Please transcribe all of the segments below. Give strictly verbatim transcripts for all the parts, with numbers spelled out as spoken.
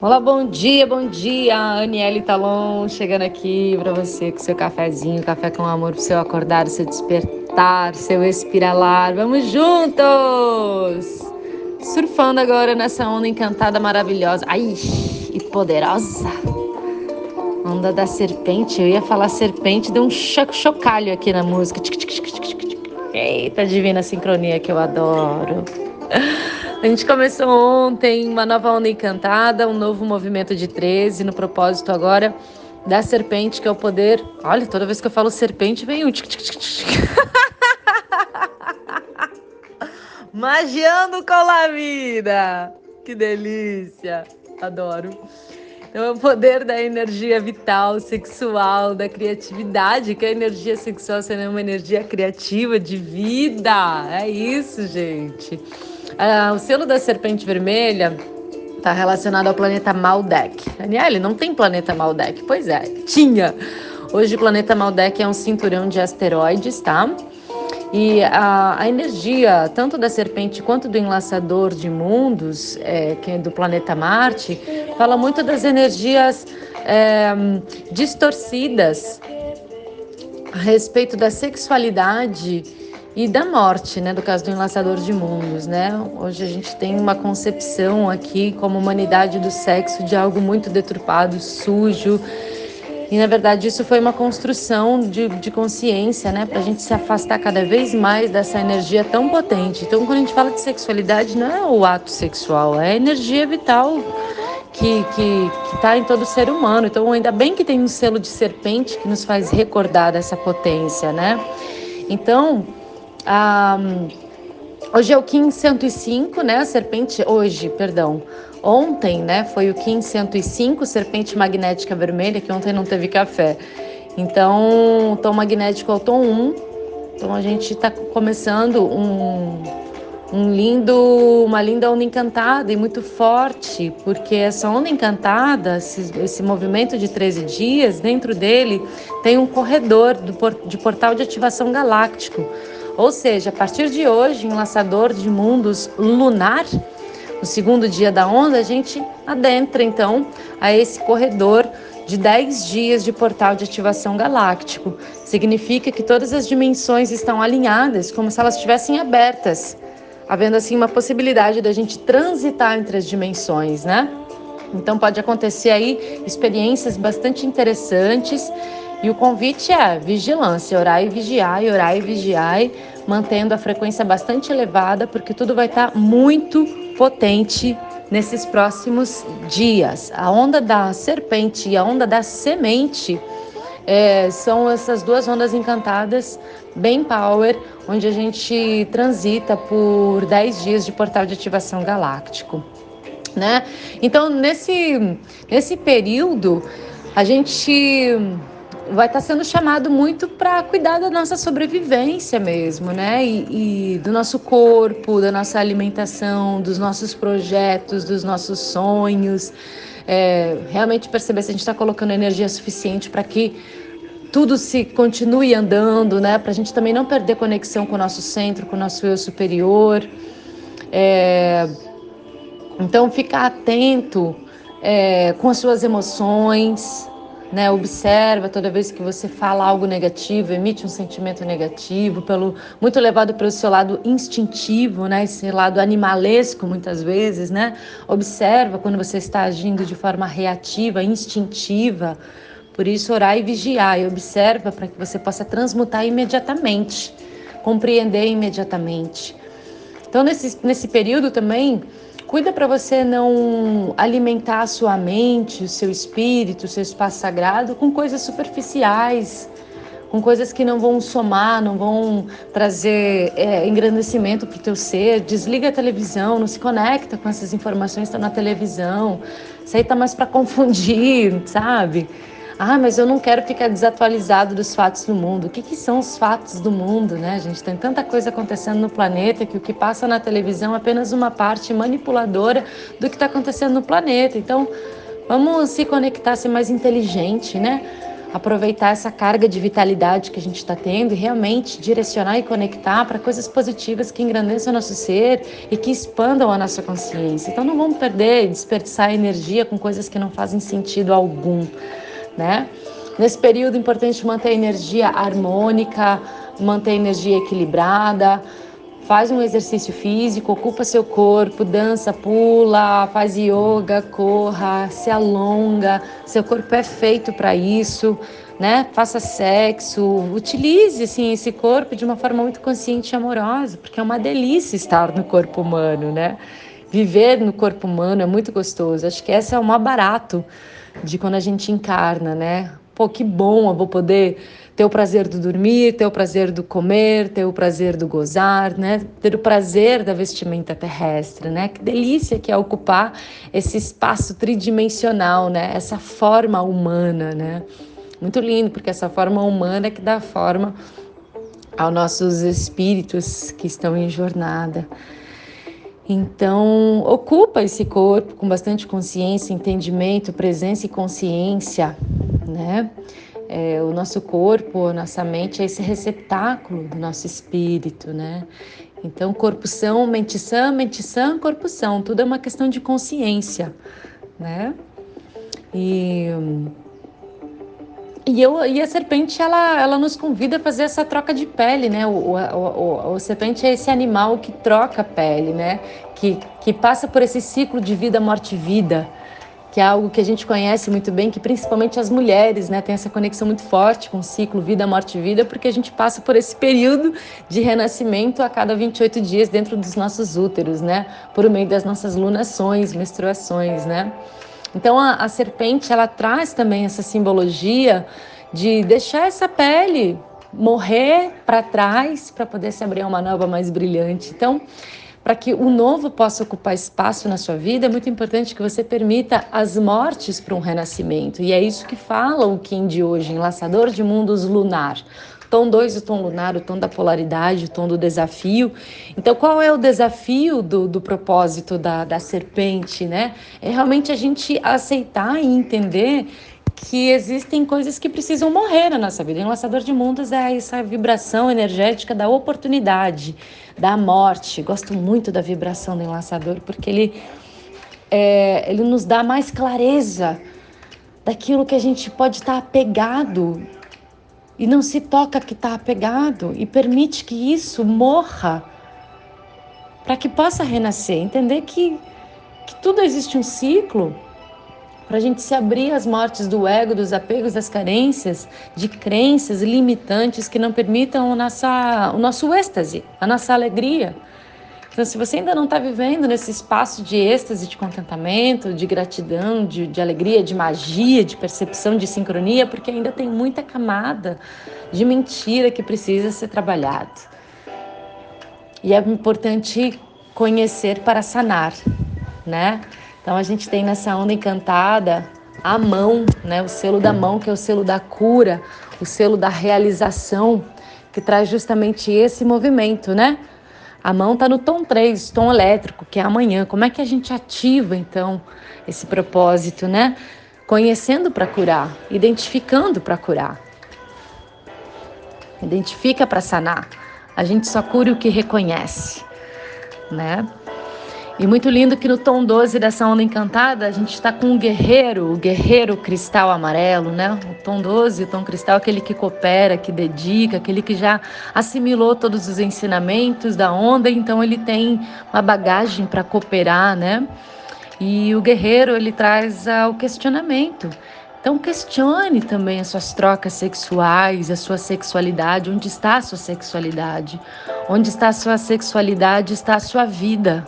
Olá, bom dia, bom dia, Aniele Talon, chegando aqui para você com seu cafezinho, café com amor para seu acordar, seu despertar, seu espiralar, vamos juntos! Surfando agora nessa onda encantada, maravilhosa, ai, e poderosa, onda da serpente, eu ia falar serpente, deu um cho- chocalho aqui na música, tic, tic, tic, tic, tic, tic. Eita, divina sincronia que eu adoro. A gente começou ontem uma nova onda encantada, um novo movimento de treze no propósito agora da serpente, que é o poder. Olha, toda vez que eu falo serpente, vem um tic, tic, tic, tic. Magiando com a vida. Que delícia. Adoro. Então é o poder da energia vital, sexual, da criatividade, que a energia sexual sendo uma energia criativa de vida. É isso, gente. Ah, o selo da serpente vermelha está relacionado ao planeta Maldek. Aniele, não tem planeta Maldek? Pois é, tinha. Hoje o planeta Maldek é um cinturão de asteroides, tá? E a, a energia, tanto da serpente quanto do enlaçador de mundos, é, que é do planeta Marte, fala muito das energias é, distorcidas a respeito da sexualidade e da morte, né? Do caso do enlaçador de mundos, né? Hoje a gente tem uma concepção aqui como humanidade do sexo de algo muito deturpado, sujo. E na verdade isso foi uma construção de, de consciência, né? Para a gente se afastar cada vez mais dessa energia tão potente. Então, quando a gente fala de sexualidade, não é o ato sexual, é a energia vital que que que está em todo ser humano. Então, ainda bem que tem um selo de serpente que nos faz recordar dessa potência, né? Então, a hoje é o Kim cento e cinco, né? A serpente, hoje, perdão. Ontem, né? Foi o Kim cento e cinco, serpente magnética vermelha, que ontem não teve café. Então, tom magnético é o tom um. Então, a gente está começando um, um lindo, uma linda onda encantada e muito forte, porque essa onda encantada, esse, esse movimento de treze dias, dentro dele tem um corredor do, de portal de ativação galáctico. Ou seja, a partir de hoje, enlaçador de mundos lunar, no segundo dia da onda, a gente adentra então a esse corredor de dez dias de portal de ativação galáctico. Significa que todas as dimensões estão alinhadas, como se elas estivessem abertas, havendo assim uma possibilidade da gente transitar entre as dimensões, né? Então pode acontecer aí experiências bastante interessantes. E o convite é vigilância, orar e vigiar, e orar e vigiar, mantendo a frequência bastante elevada, porque tudo vai estar muito potente nesses próximos dias. A onda da serpente e a onda da semente é, são essas duas ondas encantadas, bem power, onde a gente transita por dez dias de portal de ativação galáctico, né? Então, nesse, nesse período, a gente vai estar sendo chamado muito para cuidar da nossa sobrevivência mesmo, né? E, e do nosso corpo, da nossa alimentação, dos nossos projetos, dos nossos sonhos. É, realmente perceber se a gente está colocando energia suficiente para que tudo se continue andando, né? Para a gente também não perder conexão com o nosso centro, com o nosso eu superior. É, então, ficar atento é, com as suas emoções, né? Observa toda vez que você fala algo negativo, emite um sentimento negativo, pelo, muito levado pelo seu lado instintivo, né? Esse lado animalesco, muitas vezes, né? Observa quando você está agindo de forma reativa, instintiva. Por isso, orar e vigiar, e observa para que você possa transmutar imediatamente, compreender imediatamente. Então, nesse, nesse período também, cuida para você não alimentar a sua mente, o seu espírito, o seu espaço sagrado com coisas superficiais, com coisas que não vão somar, não vão trazer é, engrandecimento para o teu ser. Desliga a televisão, não se conecta com essas informações que estão na televisão. Isso aí tá mais para confundir, sabe? Ah, mas eu não quero ficar desatualizado dos fatos do mundo. O que, que são os fatos do mundo, né, gente? Tem tanta coisa acontecendo no planeta que o que passa na televisão é apenas uma parte manipuladora do que está acontecendo no planeta. Então, vamos se conectar, ser mais inteligente, né? aproveitar essa carga de vitalidade que a gente está tendo e realmente direcionar e conectar para coisas positivas que engrandeçam o nosso ser e que expandam a nossa consciência. Então não vamos perder, desperdiçar energia com coisas que não fazem sentido algum, né? Nesse período é importante manter a energia harmônica, manter a energia equilibrada. Faz um exercício físico, ocupa seu corpo, dança, pula, faz yoga, corra, se alonga. Seu corpo é feito para isso, né? Faça sexo, utilize assim, esse corpo de uma forma muito consciente e amorosa, porque é uma delícia estar no corpo humano, né? Viver no corpo humano é muito gostoso. Acho que esse é o maior barato de quando a gente encarna, né? Pô, que bom eu vou poder ter o prazer do dormir, ter o prazer do comer, ter o prazer do gozar, né? Ter o prazer da vestimenta terrestre, né? Que delícia que é ocupar esse espaço tridimensional, né? Essa forma humana, né? Muito lindo, porque essa forma humana é que dá forma aos nossos espíritos que estão em jornada. Então, ocupa esse corpo com bastante consciência, entendimento, presença e consciência, né? É, o nosso corpo, a nossa mente é esse receptáculo do nosso espírito, né? Então, corpo são, mente sã, mente sã, corpo são. Tudo é uma questão de consciência, né? E... E, eu, e a serpente, ela, ela nos convida a fazer essa troca de pele, né? O, o, o, o serpente é esse animal que troca a pele, né? Que, que passa por esse ciclo de vida, morte e vida, que é algo que a gente conhece muito bem, que principalmente as mulheres, né? Tem essa conexão muito forte com o ciclo vida, morte e vida, porque a gente passa por esse período de renascimento a cada vinte e oito dias dentro dos nossos úteros, né? Por meio das nossas lunações, menstruações, né? Então a, a serpente, ela traz também essa simbologia de deixar essa pele morrer para trás para poder se abrir uma nova mais brilhante. Então, para que o novo possa ocupar espaço na sua vida, é muito importante que você permita as mortes para um renascimento. E é isso que fala o Kim de hoje, Enlaçador de Mundos Lunar. Tom dois, o tom lunar, o tom da polaridade, o tom do desafio. Então, qual é o desafio do, do propósito da, da serpente, né? É realmente a gente aceitar e entender que existem coisas que precisam morrer na nossa vida. O Enlaçador de Mundos é essa vibração energética da oportunidade, da morte. Gosto muito da vibração do Enlaçador, porque ele, é, ele nos dá mais clareza daquilo que a gente pode estar apegado e não se toca que está apegado e permite que isso morra para que possa renascer. Entender que, que tudo existe um ciclo para a gente se abrir às mortes do ego, dos apegos, das carências, de crenças limitantes que não permitam o, nossa, o nosso êxtase, a nossa alegria. Então, se você ainda não está vivendo nesse espaço de êxtase, de contentamento, de gratidão, de, de alegria, de magia, de percepção, de sincronia, porque ainda tem muita camada de mentira que precisa ser trabalhado. E é importante conhecer para sanar, né? Então, a gente tem nessa onda encantada a mão, né? O selo da mão, que é o selo da cura, o selo da realização, que traz justamente esse movimento, né? A mão está no tom três, tom elétrico, que é amanhã. Como é que a gente ativa, então, esse propósito, né? Conhecendo para curar, identificando para curar. Identifica para sanar. A gente só cura o que reconhece, né? E muito lindo que no tom doze dessa onda encantada, a gente está com um guerreiro, o guerreiro cristal amarelo, né? O tom doze, o tom cristal, aquele que coopera, que dedica, aquele que já assimilou todos os ensinamentos da onda, então ele tem uma bagagem para cooperar, né? E o guerreiro, ele traz uh, o questionamento. Então questione também as suas trocas sexuais, a sua sexualidade. Onde está a sua sexualidade? Onde está a sua sexualidade, está a sua vida.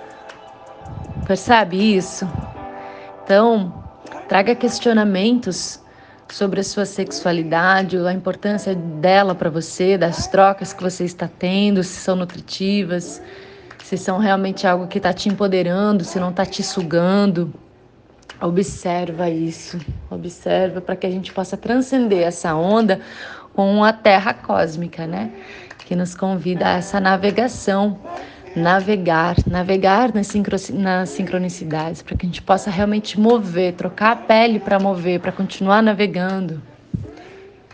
Percebe isso? Então, traga questionamentos sobre a sua sexualidade, a importância dela para você, das trocas que você está tendo, se são nutritivas, se são realmente algo que está te empoderando, se não está te sugando. Observa isso, observa para que a gente possa transcender essa onda com a terra cósmica, né? Que nos convida a essa navegação. Navegar, navegar nas, sincro, nas sincronicidades, para que a gente possa realmente mover, trocar a pele para mover, para continuar navegando.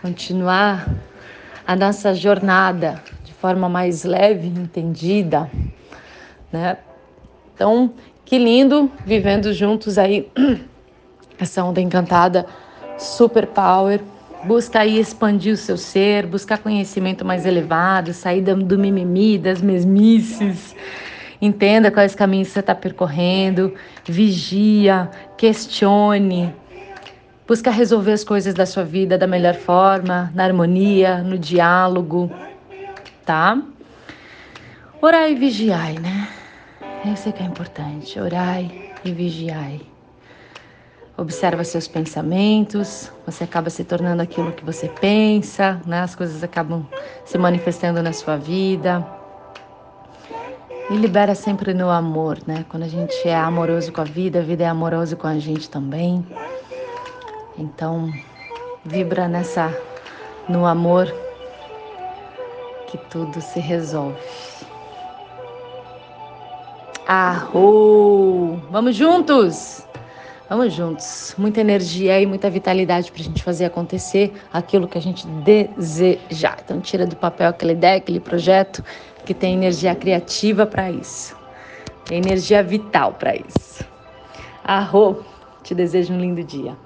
continuar a nossa jornada de forma mais leve, entendida, né? Então, que lindo vivendo juntos aí essa onda encantada, super power. Busca aí expandir o seu ser, buscar conhecimento mais elevado, sair do mimimi, das mesmices. Entenda quais caminhos você está percorrendo, vigia, questione, busca resolver as coisas da sua vida da melhor forma, na harmonia, no diálogo, tá? Orai e vigiai, né? Eu sei que é importante, orai e vigiai. Observa seus pensamentos, você acaba se tornando aquilo que você pensa, né? As coisas acabam se manifestando na sua vida. E libera sempre no amor, né? Quando a gente é amoroso com a vida, a vida é amorosa com a gente também. Então, vibra nessa, no amor, que tudo se resolve. Arro! Vamos juntos! Vamos juntos, muita energia e muita vitalidade para a gente fazer acontecer aquilo que a gente desejar. Então tira do papel aquela ideia, aquele projeto que tem energia criativa para isso. Tem energia vital para isso. Arro, te desejo um lindo dia.